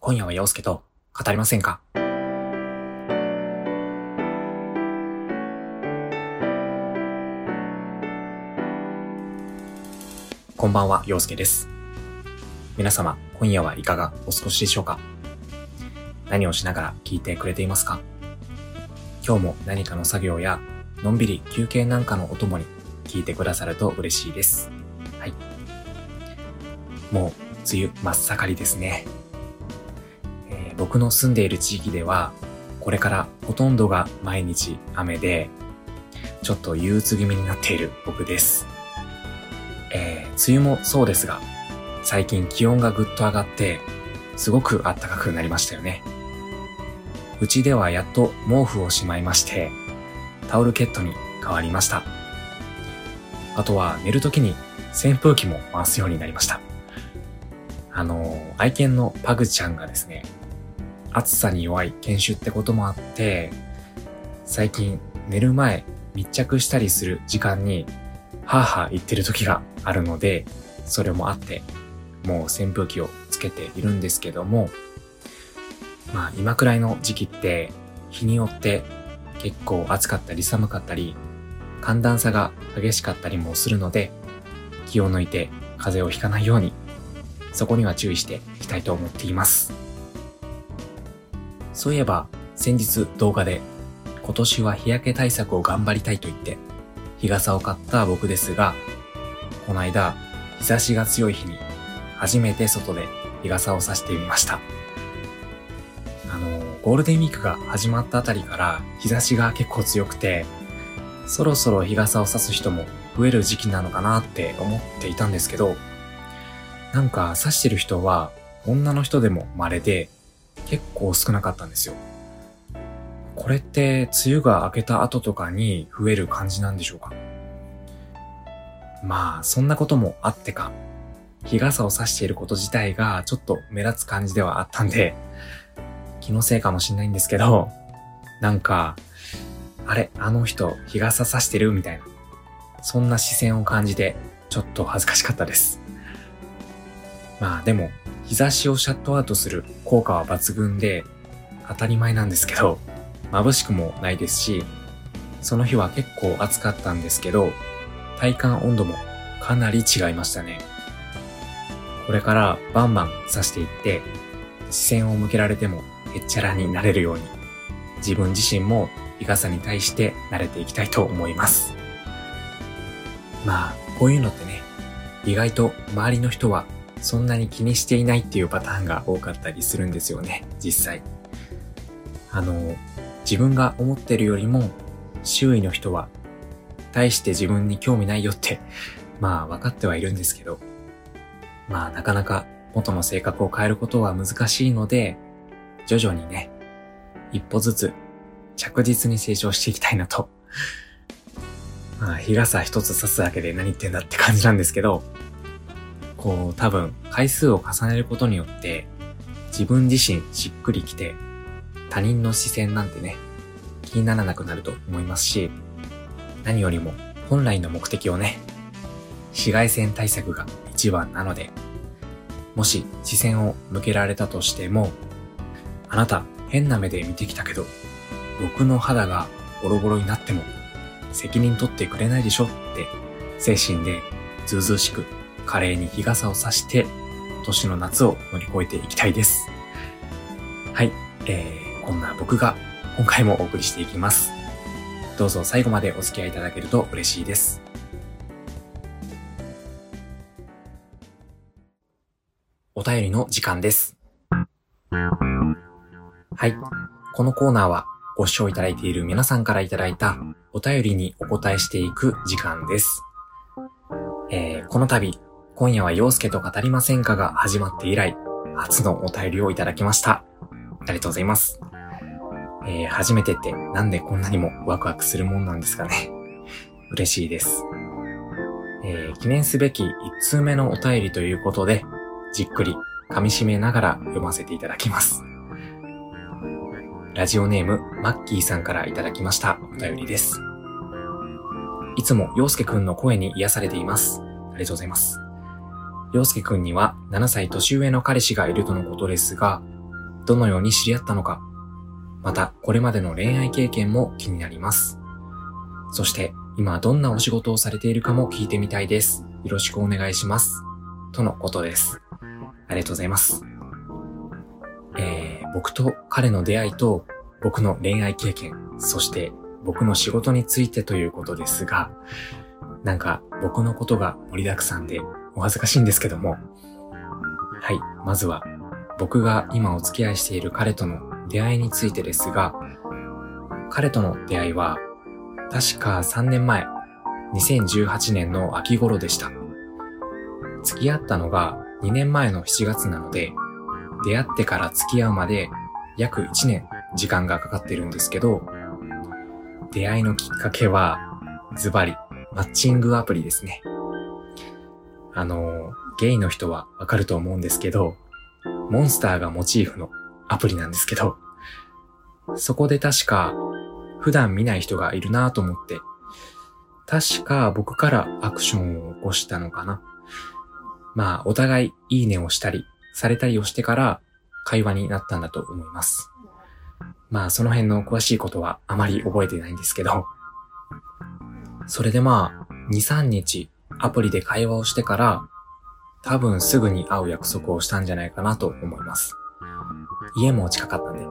今夜は陽介と語りませんか？こんばんは、陽介です。皆様、今夜はいかがお過ごしでしょうか？何をしながら聞いてくれていますか？今日も何かの作業やのんびり休憩なんかのお供に聞いてくださると嬉しいです。はい。もう梅雨真っ盛りですね。僕の住んでいる地域ではこれからほとんどが毎日雨でちょっと憂鬱気味になっている僕です。梅雨もそうですが最近気温がぐっと上がってすごく暖かくなりましたよね。うちではやっと毛布をしまいましてタオルケットに変わりました。あとは寝るときに扇風機も回すようになりました。愛犬のパグちゃんがですね、暑さに弱い犬種ってこともあって、最近寝る前密着したりする時間にはぁはぁ言ってる時があるので、それもあってもう扇風機をつけているんですけども、今くらいの時期って日によって結構暑かったり寒かったり寒暖差が激しかったりもするので、気を抜いて風邪をひかないようにそこには注意していきたいと思っています。そういえば先日動画で今年は日焼け対策を頑張りたいと言って日傘を買った僕ですが、この間日差しが強い日に初めて外で日傘を差してみました。ゴールデンウィークが始まったあたりから日差しが結構強くて、そろそろ日傘を差す人も増える時期なのかなって思っていたんですけど、なんか差してる人は女の人でも稀で結構少なかったんですよ。これって梅雨が明けた後とかに増える感じなんでしょうか？そんなこともあってか、日傘を差していること自体がちょっと目立つ感じではあったんで、気のせいかもしれないんですけど、なんかあの人日傘差してるみたいな、そんな視線を感じてちょっと恥ずかしかったです。でも日差しをシャットアウトする効果は抜群で当たり前なんですけど、眩しくもないですし、その日は結構暑かったんですけど、体感温度もかなり違いましたね。これからバンバン差していって視線を向けられてもへっちゃらになれるように、自分自身も日傘に対して慣れていきたいと思います。こういうのってね、意外と周りの人はそんなに気にしていないっていうパターンが多かったりするんですよね、実際。自分が思ってるよりも周囲の人は大して自分に興味ないよって分かってはいるんですけど、なかなか元の性格を変えることは難しいので、徐々にね、一歩ずつ着実に成長していきたいなと。日傘一つ差すだけで何言ってんだって感じなんですけど、多分回数を重ねることによって自分自身しっくりきて、他人の視線なんてね、気にならなくなると思いますし、何よりも本来の目的をね、紫外線対策が一番なので、もし視線を向けられたとしても、あなた変な目で見てきたけど、僕の肌がボロボロになっても責任取ってくれないでしょって精神でずうずうしく華麗に日傘を差して今年の夏を乗り越えていきたいです。はい、こんな僕が今回もお送りしていきます。どうぞ最後までお付き合いいただけると嬉しいです。お便りの時間です。はい、このコーナーはご視聴いただいている皆さんからいただいたお便りにお答えしていく時間です。この度今夜は陽介と語りませんかが始まって以来初のお便りをいただきました。ありがとうございます。初めてってなんでこんなにもワクワクするもんなんですかね。嬉しいです。記念すべき1通目のお便りということで、じっくり噛み締めながら読ませていただきます。ラジオネームマッキーさんからいただきましたお便りです。いつも陽介くんの声に癒されています。ありがとうございます。陽介くんには7歳年上の彼氏がいるとのことですが、 どのように知り合ったのか、またこれまでの恋愛経験も気になります。そして今どんなお仕事をされているかも聞いてみたいです。よろしくお願いします。とのことです。ありがとうございます。僕と彼の出会いと僕の恋愛経験、そして僕の仕事についてということですが、なんか僕のことが盛りだくさんでお恥ずかしいんですけども、はい、まずは僕が今お付き合いしている彼との出会いについてですが、彼との出会いは確か3年前、2018年の秋頃でした。付き合ったのが2年前の7月なので、出会ってから付き合うまで約1年時間がかかってるんですけど、出会いのきっかけはズバリマッチングアプリですね。ゲイの人はわかると思うんですけど、モンスターがモチーフのアプリなんですけど、そこで確か普段見ない人がいるなと思って、確か僕からアクションを起こしたのかな。まあお互いいいねをしたりされたりをしてから会話になったんだと思います。まあその辺の詳しいことはあまり覚えてないんですけど、それでまあ 2,3 日アプリで会話をしてから多分すぐに会う約束をしたんじゃないかなと思います。家も近かったんで。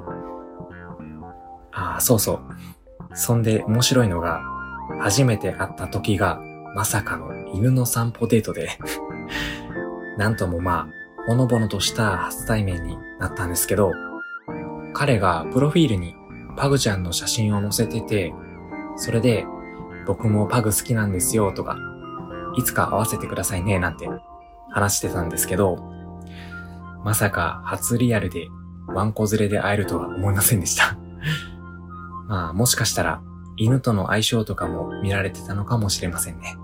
そうそう。そんで面白いのが、初めて会った時がまさかの犬の散歩デートでなんともまあほのぼのとした初対面になったんですけど、彼がプロフィールにパグちゃんの写真を載せてて、それで僕もパグ好きなんですよとか、いつか会わせてくださいねなんて話してたんですけど、まさか初リアルでワンコ連れで会えるとは思いませんでしたまあもしかしたら犬との相性とかも見られてたのかもしれませんね。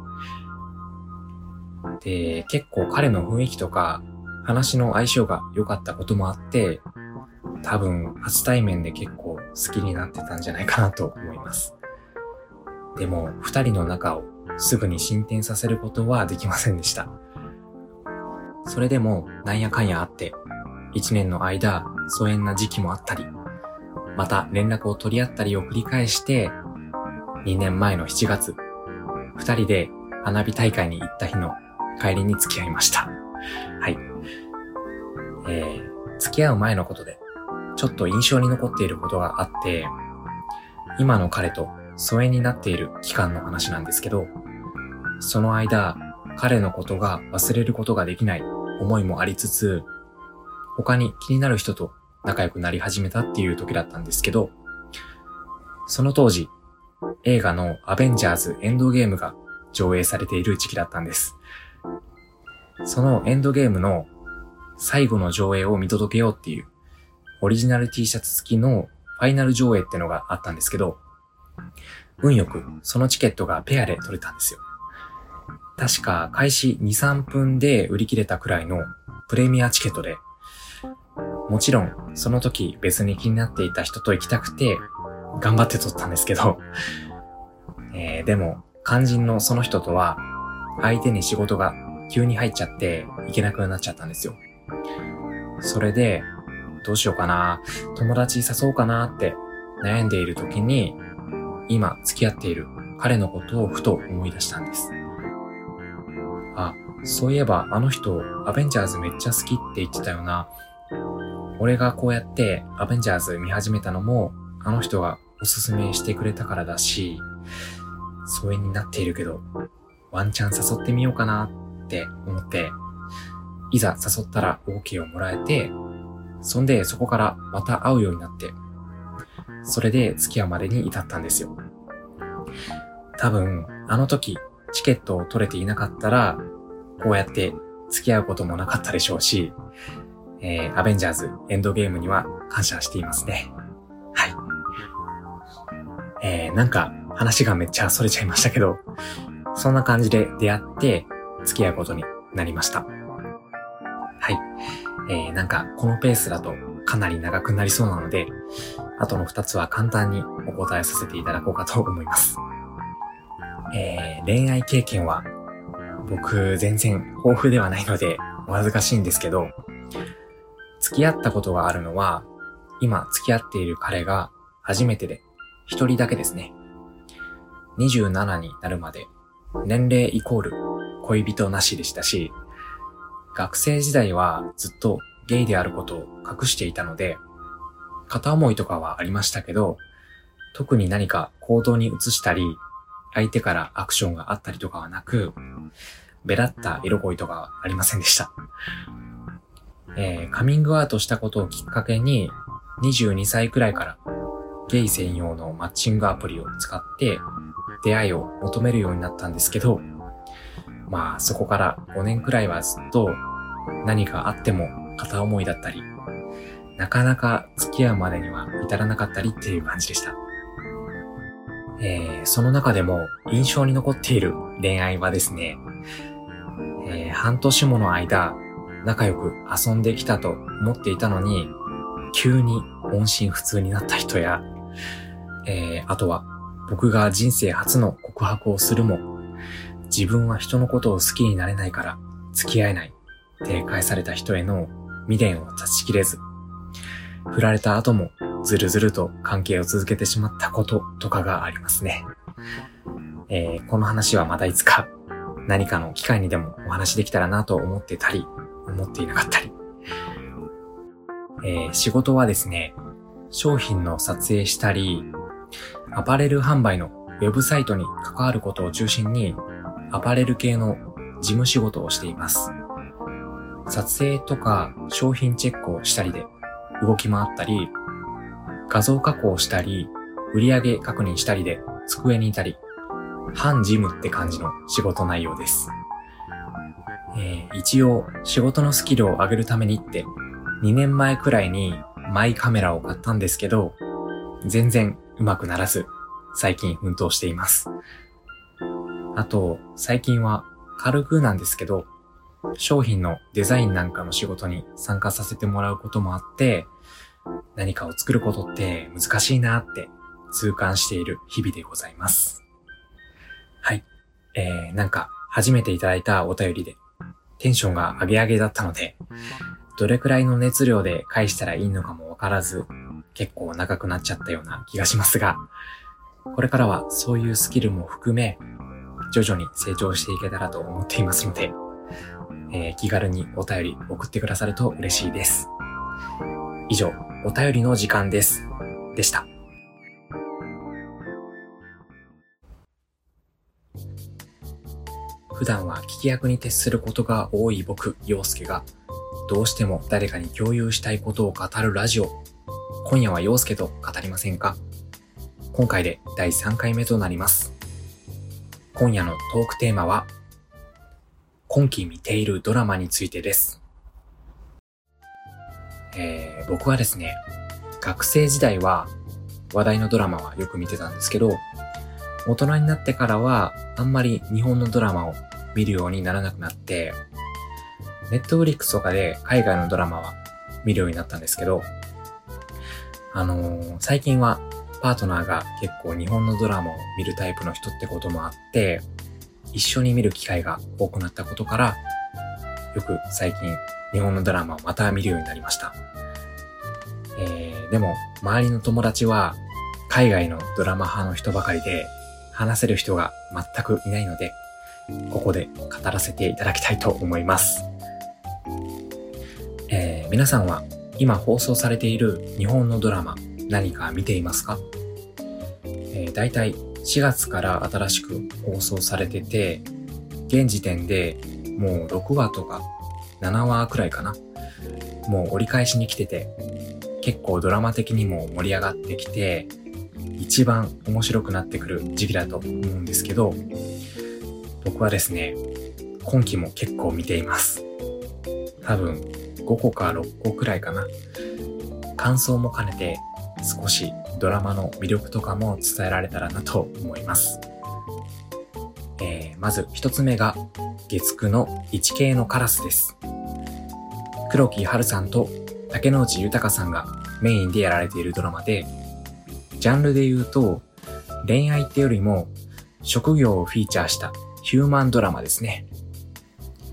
で、結構彼の雰囲気とか話の相性が良かったこともあって、多分初対面で結構好きになってたんじゃないかなと思います。でも二人の仲をすぐに進展させることはできませんでした。それでもなんやかんやあって1年の間疎遠な時期もあったり、また連絡を取り合ったりを繰り返して、2年前の7月、2人で花火大会に行った日の帰りに付き合いました。はい。付き合う前のことでちょっと印象に残っていることがあって、今の彼と疎遠になっている期間の話なんですけど、その間彼のことが忘れることができない思いもありつつ、他に気になる人と仲良くなり始めたっていう時だったんですけど、その当時映画のアベンジャーズエンドゲームが上映されている時期だったんです。そのエンドゲームの最後の上映を見届けようっていうオリジナル T シャツ付きのファイナル上映ってのがあったんですけど、運よくそのチケットがペアで取れたんですよ。確か開始 2,3 分で売り切れたくらいのプレミアチケットで、もちろんその時別に気になっていた人と行きたくて頑張って取ったんですけど、でも肝心のその人とは相手に仕事が急に入っちゃって行けなくなっちゃったんですよ。それでどうしようかな、友達誘おうかなって悩んでいる時に、今付き合っている彼のことをふと思い出したんです。そういえばあの人アベンジャーズめっちゃ好きって言ってたよな。俺がこうやってアベンジャーズ見始めたのもあの人がおすすめしてくれたからだし、疎遠になっているけどワンチャン誘ってみようかなって思って、いざ誘ったら OK をもらえて、そんでそこからまた会うようになって、それで付き合うまでに至ったんですよ。多分あの時チケットを取れていなかったらこうやって付き合うこともなかったでしょうし、アベンジャーズエンドゲームには感謝していますね。はい。なんか話がめっちゃ逸れちゃいましたけど、そんな感じで出会って付き合うことになりました。はい。なんかこのペースだとかなり長くなりそうなので、あとの2つは簡単にお答えさせていただこうかと思います。恋愛経験は僕全然豊富ではないのでお恥ずかしいんですけど、付き合ったことがあるのは今付き合っている彼が初めてで一人だけですね。27になるまで年齢イコール恋人なしでしたし、学生時代はずっとゲイであることを隠していたので、片思いとかはありましたけど、特に何か行動に移したり、相手からアクションがあったりとかはなく、目立った色恋とかはありませんでした。カミングアウトしたことをきっかけに、22歳くらいからゲイ専用のマッチングアプリを使って出会いを求めるようになったんですけど、まあそこから5年くらいはずっと何かあっても片思いだったり、なかなか付き合うまでには至らなかったりっていう感じでした。その中でも印象に残っている恋愛はですね、半年もの間仲良く遊んできたと思っていたのに、急に音信不通になった人や、あとは僕が人生初の告白をするも、自分は人のことを好きになれないから付き合えないって返された人への未練を断ち切れず、振られた後もずるずると関係を続けてしまったこととかがありますね。この話はまたいつか何かの機会にでもお話できたらなと思ってたり、思っていなかったり。仕事はですね、商品の撮影したり、アパレル販売のウェブサイトに関わることを中心に、アパレル系の事務仕事をしています。撮影とか商品チェックをしたりで動き回ったり、画像加工したり、売上確認したりで机にいたり、半事務って感じの仕事内容です。一応仕事のスキルを上げるためにって2年前くらいにマイカメラを買ったんですけど、全然上手くならず最近奮闘しています。あと最近は軽くなんですけど、商品のデザインなんかの仕事に参加させてもらうこともあって、何かを作ることって難しいなって痛感している日々でございます。はい。なんか初めていただいたお便りでテンションが上げ上げだったので、どれくらいの熱量で返したらいいのかもわからず、結構長くなっちゃったような気がしますが、これからはそういうスキルも含め、徐々に成長していけたらと思っていますので、気軽にお便り送ってくださると嬉しいです。以上、お便りの時間です。でした。普段は聞き役に徹することが多い僕、陽介が、どうしても誰かに共有したいことを語るラジオ。今夜は陽介と語りませんか？今回で第3回目となります。今夜のトークテーマは、今期見ているドラマについてです。僕はですね、学生時代は話題のドラマはよく見てたんですけど、大人になってからはあんまり日本のドラマを見るようにならなくなって、Netflix とかで海外のドラマは見るようになったんですけど、最近はパートナーが結構日本のドラマを見るタイプの人ってこともあって、一緒に見る機会が多くなったことから、よく最近日本のドラマをまた見るようになりました。でも周りの友達は海外のドラマ派の人ばかりで、話せる人が全くいないので、ここで語らせていただきたいと思います。皆さんは今放送されている日本のドラマ何か見ていますか？だいたい4月から新しく放送されてて、現時点でもう6話とか7話くらいかな。もう折り返しに来てて、結構ドラマ的にも盛り上がってきて、一番面白くなってくる時期だと思うんですけど、僕はですね、今期も結構見ています。多分5個か6個くらいかな。感想も兼ねて少しドラマの魅力とかも伝えられたらなと思います。まず一つ目が月9のイチケイのカラスです。黒木華さんと竹野内豊さんがメインでやられているドラマで、ジャンルで言うと恋愛ってよりも職業をフィーチャーしたヒューマンドラマですね。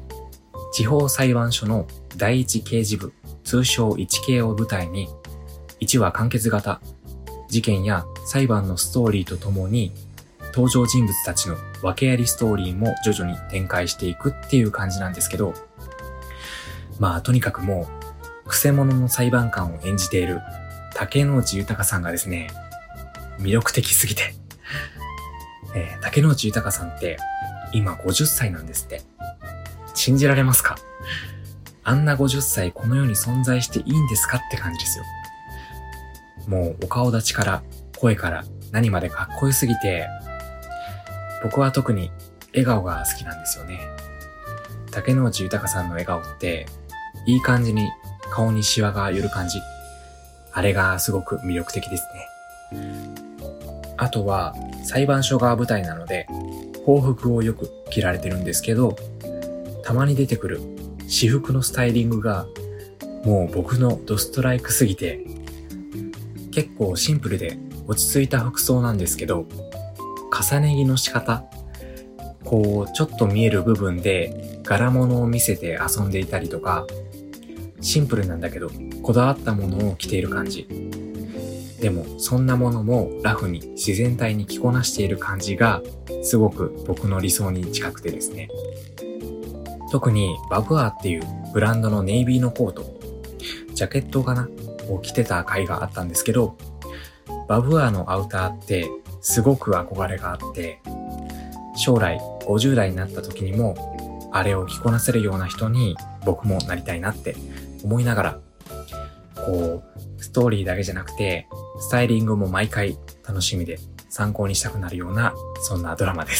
地方裁判所の第一刑事部、通称イチケイを舞台に、 1話完結型、事件や裁判のストーリーとともに、登場人物たちの訳ありストーリーも徐々に展開していくっていう感じなんですけど、とにかくもう、くせ者の裁判官を演じている竹野内豊さんがですね、魅力的すぎて、竹野内豊さんって今50歳なんですって。信じられますか？あんな50歳この世に存在していいんですかって感じですよ。もうお顔立ちから声から何までかっこよすぎて、僕は特に笑顔が好きなんですよね。竹野内豊さんの笑顔っていい感じに顔にシワが寄る感じ。あれがすごく魅力的ですね。あとは裁判所が舞台なので法服をよく着られてるんですけど、たまに出てくる私服のスタイリングがもう僕のドストライクすぎて、結構シンプルで落ち着いた服装なんですけど、重ね着の仕方、ちょっと見える部分で柄物を見せて遊んでいたりとか、シンプルなんだけどこだわったものを着ている感じ。でもそんなものもラフに自然体に着こなしている感じがすごく僕の理想に近くてですね。特にバブアーっていうブランドのネイビーのコート、ジャケットを着てた回があったんですけど、バブアーのアウターってすごく憧れがあって、将来50代になった時にもあれを着こなせるような人に僕もなりたいなって思いながら、ストーリーだけじゃなくてスタイリングも毎回楽しみで参考にしたくなるような、そんなドラマです。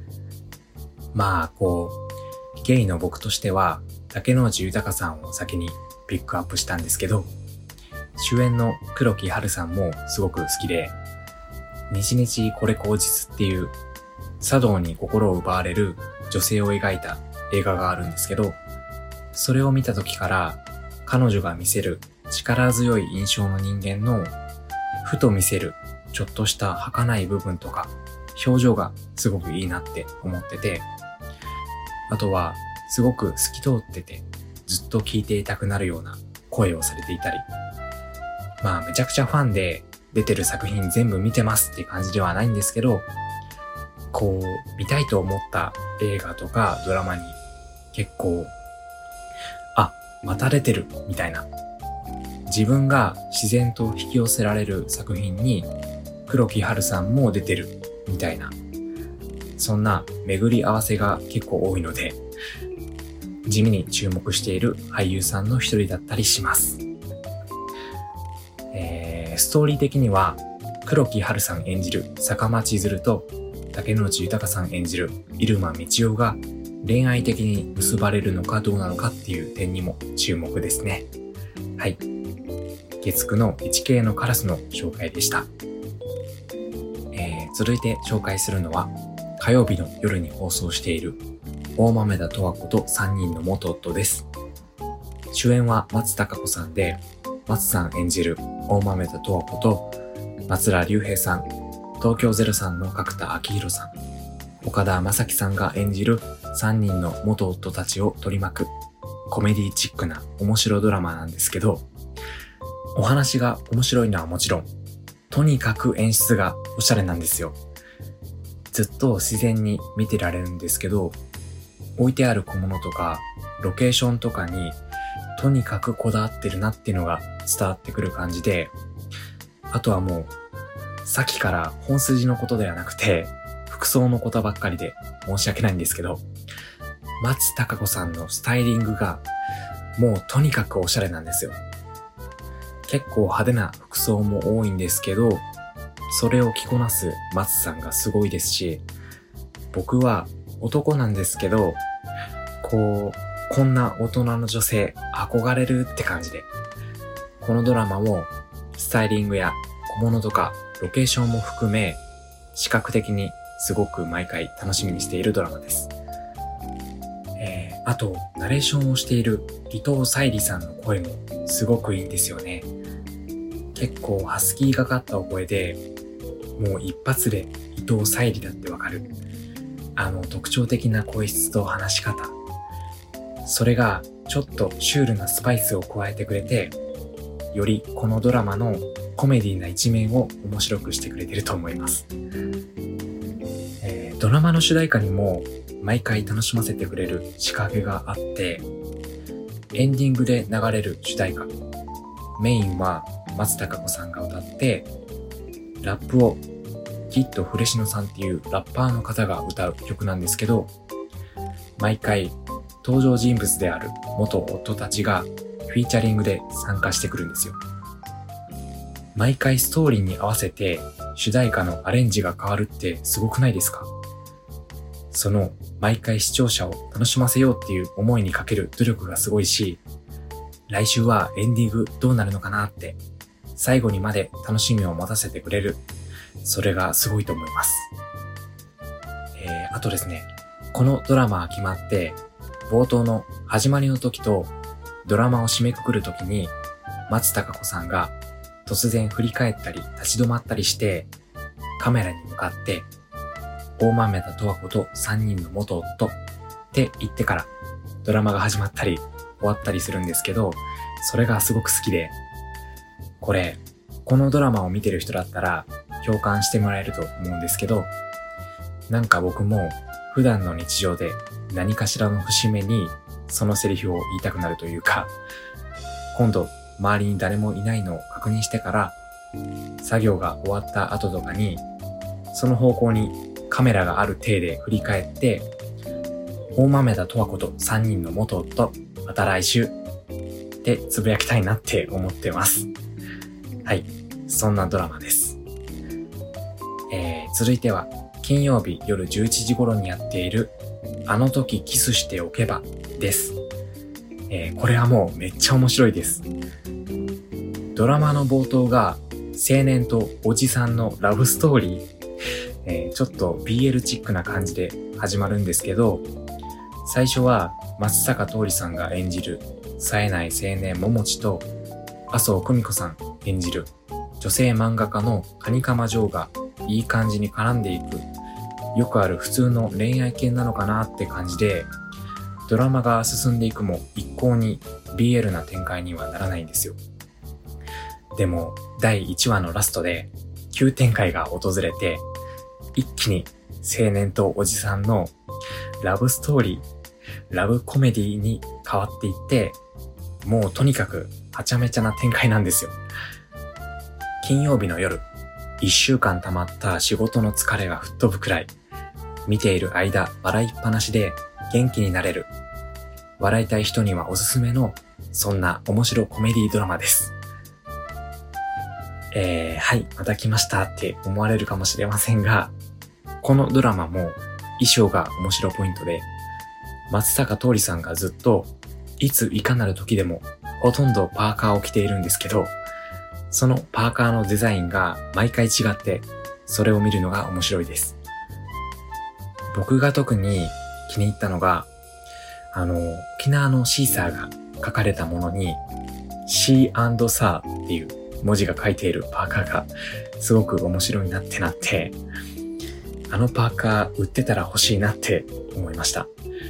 ゲイの僕としては竹野内豊さんを先にピックアップしたんですけど、主演の黒木華さんもすごく好きで、日々これ口実っていう茶道に心を奪われる女性を描いた映画があるんですけど、それを見た時から彼女が見せる力強い印象の人間のふと見せるちょっとした儚い部分とか表情がすごくいいなって思ってて、あとはすごく透き通っててずっと聞いていたくなるような声をされていたり、めちゃくちゃファンで出てる作品全部見てますっていう感じではないんですけど、見たいと思った映画とかドラマに結構また出てるみたいな、自分が自然と引き寄せられる作品に黒木華さんも出てるみたいな、そんな巡り合わせが結構多いので、地味に注目している俳優さんの一人だったりします。ストーリー的には黒木華さん演じる坂間千鶴と竹野内豊さん演じる入間みちおが恋愛的に結ばれるのかどうなのかっていう点にも注目ですね。はい。月9の1系のカラスの紹介でした。続いて紹介するのは火曜日の夜に放送している大豆田十和子と3人の元夫です。主演は松たか子さんで、松さん演じる大豆田十和子と松良竜平さん、東京03の角田昭弘さん、岡田将生さんが演じる3人の元夫たちを取り巻くコメディチックな面白ドラマなんですけど、お話が面白いのはもちろん、とにかく演出がおしゃれなんですよ。ずっと自然に見てられるんですけど、置いてある小物とかロケーションとかにとにかくこだわってるなっていうのが伝わってくる感じで、あとはもうさっきから本筋のことではなくて服装のことばっかりで申し訳ないんですけど、松たか子さんのスタイリングがもうとにかくおしゃれなんですよ。結構派手な服装も多いんですけど、それを着こなす松さんがすごいですし、僕は男なんですけど、こんな大人の女性憧れるって感じで、このドラマもスタイリングや小物とかロケーションも含め視覚的にすごく毎回楽しみにしているドラマです。あとナレーションをしている伊藤沙莉さんの声もすごくいいんですよね。結構ハスキーがかったお声で、もう一発で伊藤沙莉だってわかる。特徴的な声質と話し方。それがちょっとシュールなスパイスを加えてくれて、 よりこのドラマのコメディな一面を面白くしてくれてると思います。ドラマの主題歌にも毎回楽しませてくれる仕掛けがあって、エンディングで流れる主題歌、メインは松たか子さんが歌って、ラップをキッドフレシノさんっていうラッパーの方が歌う曲なんですけど、毎回登場人物である元夫たちがフィーチャリングで参加してくるんですよ。毎回ストーリーに合わせて主題歌のアレンジが変わるってすごくないですか？その毎回視聴者を楽しませようっていう思いにかける努力がすごいし、来週はエンディングどうなるのかなって最後にまで楽しみを持たせてくれる。それがすごいと思います。あとですね、このドラマが決まって冒頭の始まりの時とドラマを締めくくる時に松たか子さんが突然振り返ったり立ち止まったりしてカメラに向かって大豆田十和子と3人の元夫って言ってからドラマが始まったり終わったりするんですけど、それがすごく好きで、このドラマを見てる人だったら共感してもらえると思うんですけど、なんか僕も普段の日常で何かしらの節目にそのセリフを言いたくなるというか、今度周りに誰もいないのを確認してから作業が終わった後とかにその方向にカメラがある体で振り返って、大豆田十和子と3人の元夫また来週ってつぶやきたいなって思ってます。はい、そんなドラマです。続いては金曜日夜11時頃にやっているあの時キスしておけばです。これはもうめっちゃ面白いです。ドラマの冒頭が青年とおじさんのラブストーリー、ちょっと BL チックな感じで始まるんですけど、最初は松坂桃李さんが演じる冴えない青年桃地と麻生久美子さん演じる女性漫画家の蟹釜ジョーがいい感じに絡んでいく、よくある普通の恋愛系なのかなって感じで、ドラマが進んでいくも一向に BL な展開にはならないんですよ。でも第1話のラストで急展開が訪れて、一気に青年とおじさんのラブストーリー、ラブコメディに変わっていって、もうとにかくはちゃめちゃな展開なんですよ。金曜日の夜、1週間溜まった仕事の疲れが吹っ飛ぶくらい、見ている間笑いっぱなしで元気になれる、笑いたい人にはおすすめのそんな面白コメディドラマです。はい、また来ましたって思われるかもしれませんが、このドラマも衣装が面白ポイントで、松坂桃李さんがずっといついかなる時でもほとんどパーカーを着ているんですけど、そのパーカーのデザインが毎回違って、それを見るのが面白いです。僕が特に気に入ったのが、沖縄のシーサーが書かれたものにシー&サーっていう文字が書いているパーカーがすごく面白いなってなって、あのパーカー売ってたら欲しいなって思いました。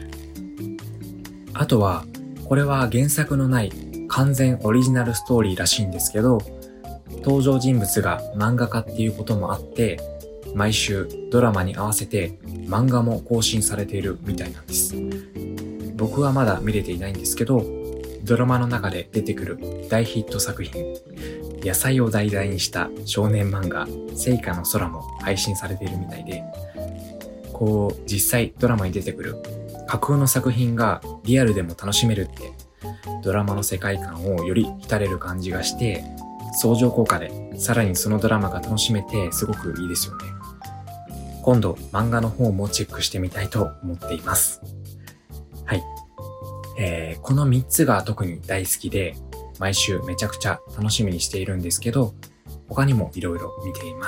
あとは、これは原作のない完全オリジナルストーリーらしいんですけど、登場人物が漫画家っていうこともあって、毎週ドラマに合わせて漫画も更新されているみたいなんです。僕はまだ見れていないんですけど、ドラマの中で出てくる大ヒット作品、野菜を題材にした少年漫画、聖火の空も配信されているみたいで、実際ドラマに出てくる架空の作品がリアルでも楽しめるって、ドラマの世界観をより浸れる感じがして、相乗効果でさらにそのドラマが楽しめてすごくいいですよね。今度漫画の方もチェックしてみたいと思っています。はい。この3つが特に大好きで、毎週めちゃくちゃ楽しみにしているんですけど、他にもいろいろ見ています。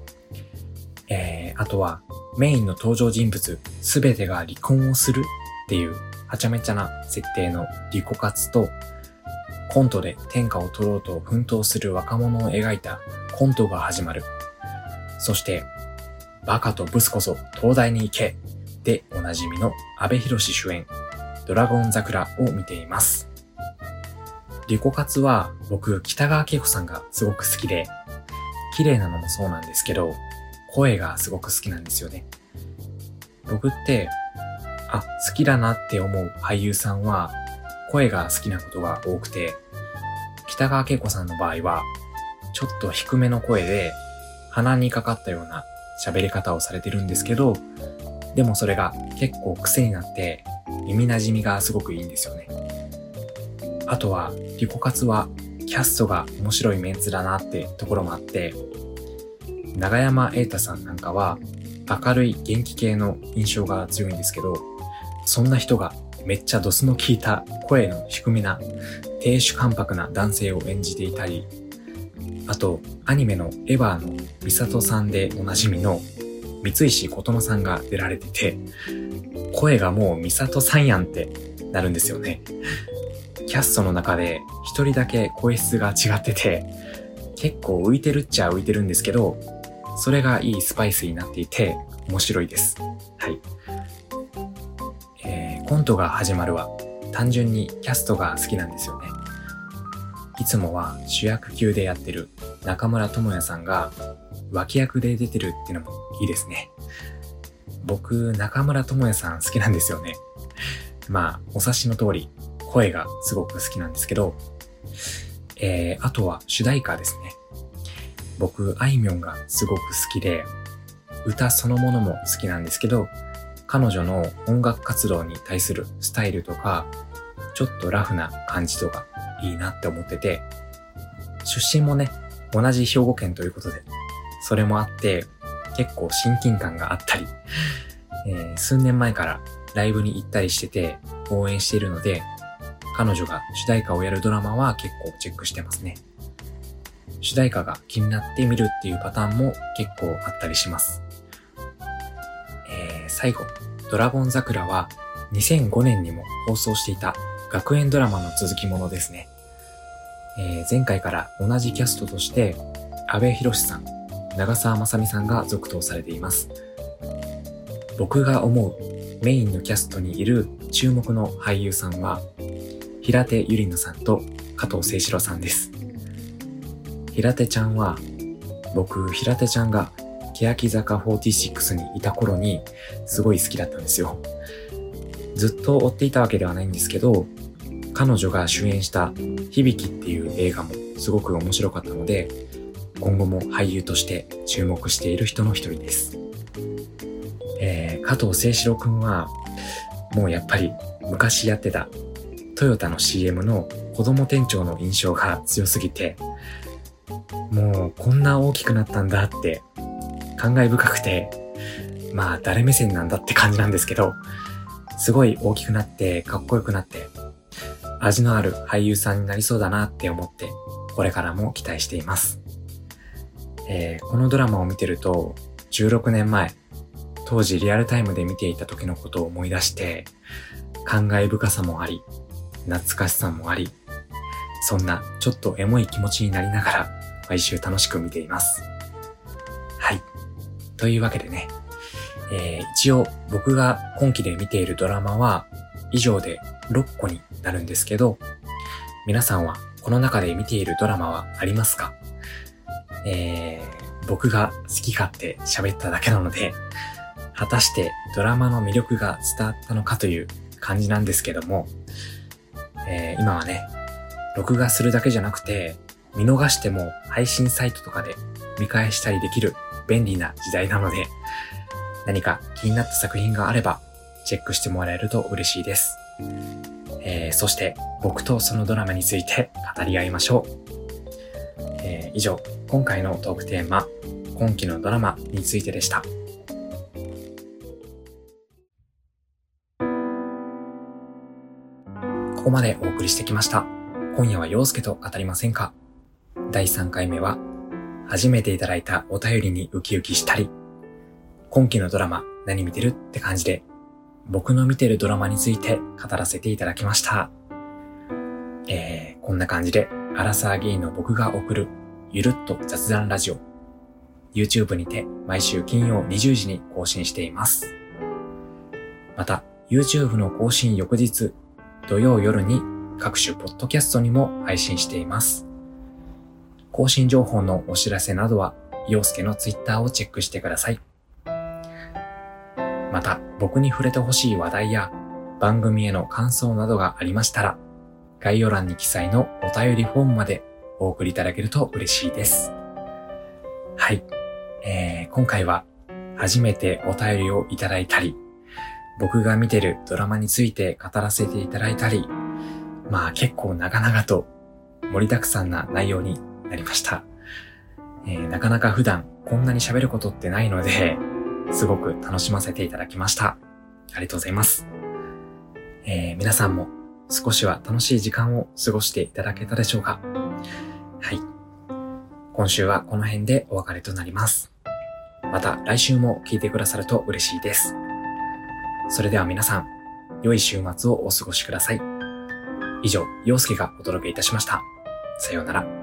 あとはメインの登場人物すべてが離婚をするっていうはちゃめちゃな設定のリコ活と、コントで天下を取ろうと奮闘する若者を描いたコントが始まる。そしてバカとブスこそ東大に行けでおなじみの阿部寛主演ドラゴン桜を見ています。 リコカツは僕、北川景子さんがすごく好きで、綺麗なのもそうなんですけど、声がすごく好きなんですよね。僕って、好きだなって思う俳優さんは、声が好きなことが多くて、北川景子さんの場合は、ちょっと低めの声で、鼻にかかったような喋り方をされてるんですけど、でもそれが結構癖になって、耳馴染みがすごくいいんですよね。あとは、リコカツは、キャストが面白いメンツだなってところもあって、永山瑛太さんなんかは、明るい元気系の印象が強いんですけど、そんな人がめっちゃドスの効いた声の低めな亭主関白な男性を演じていたり、あとアニメのエヴァのミサトさんでおなじみの三石琴乃さんが出られてて、声がもうミサトさんやんってなるんですよね。キャストの中で一人だけ声質が違ってて、結構浮いてるっちゃ浮いてるんですけど、それがいいスパイスになっていて面白いです。はい。コントが始まるは単純にキャストが好きなんですよね。いつもは主役級でやってる中村倫也さんが脇役で出てるっていうのもいいですね。僕、中村倫也さん好きなんですよね。お察しの通り声がすごく好きなんですけど、あとは主題歌ですね。僕、あいみょんがすごく好きで、歌そのものも好きなんですけど、彼女の音楽活動に対するスタイルとか、ちょっとラフな感じとかいいなって思ってて、出身もね、同じ兵庫県ということで、それもあって結構親近感があったり、数年前からライブに行ったりしてて応援しているので、彼女が主題歌をやるドラマは結構チェックしてますね。主題歌が気になって見るっていうパターンも結構あったりします。最後、ドラゴン桜は2005年にも放送していた学園ドラマの続きものですね。前回から同じキャストとして阿部寛さん、長澤まさみさんが続投されています。僕が思うメインのキャストにいる注目の俳優さんは平手友梨奈さんと加藤清史郎さんです。平手ちゃんは、僕平手ちゃんが欅坂46にいた頃にすごい好きだったんですよ。ずっと追っていたわけではないんですけど、彼女が主演した響っていう映画もすごく面白かったので、今後も俳優として注目している人の一人です。加藤清史郎くんはもうやっぱり昔やってたトヨタの CM の子供店長の印象が強すぎて、もうこんな大きくなったんだって感慨深くて、誰目線なんだって感じなんですけど、すごい大きくなってかっこよくなって味のある俳優さんになりそうだなって思って、これからも期待しています。このドラマを見てると16年前、当時リアルタイムで見ていた時のことを思い出して感慨深さもあり、懐かしさもあり、そんなちょっとエモい気持ちになりながら毎週楽しく見ています。はい。というわけでね、一応僕が今期で見ているドラマは以上で6個になるんですけど、皆さんはこの中で見ているドラマはありますか？僕が好き勝手喋っただけなので、果たしてドラマの魅力が伝わったのかという感じなんですけども、今はね、録画するだけじゃなくて、見逃しても配信サイトとかで見返したりできる便利な時代なので、何か気になった作品があればチェックしてもらえると嬉しいです。そして僕とそのドラマについて語り合いましょう。以上、今回のトークテーマ、今期のドラマについてでした。ここまでお送りしてきました。今夜は陽介と語りませんか？第3回目は、初めていただいたお便りにウキウキしたり、今期のドラマ何見てるって感じで、僕の見てるドラマについて語らせていただきました。こんな感じで、アラサーゲイの僕が送るゆるっと雑談ラジオ、YouTube にて毎週金曜20時に更新しています。また、YouTube の更新翌日、土曜夜に各種ポッドキャストにも配信しています。更新情報のお知らせなどは、陽介の Twitter をチェックしてください。また、僕に触れてほしい話題や番組への感想などがありましたら、概要欄に記載のお便りフォームまでお送りいただけると嬉しいです。はい。今回は初めてお便りをいただいたり、僕が見てるドラマについて語らせていただいたり、結構長々と盛りだくさんな内容になりました。なかなか普段こんなに喋ることってないので、すごく楽しませていただきました。ありがとうございます。皆さんも少しは楽しい時間を過ごしていただけたでしょうか。はい。今週はこの辺でお別れとなります。また来週も聞いてくださると嬉しいです。それでは皆さん、良い週末をお過ごしください。以上、陽介がお届けいたしました。さようなら。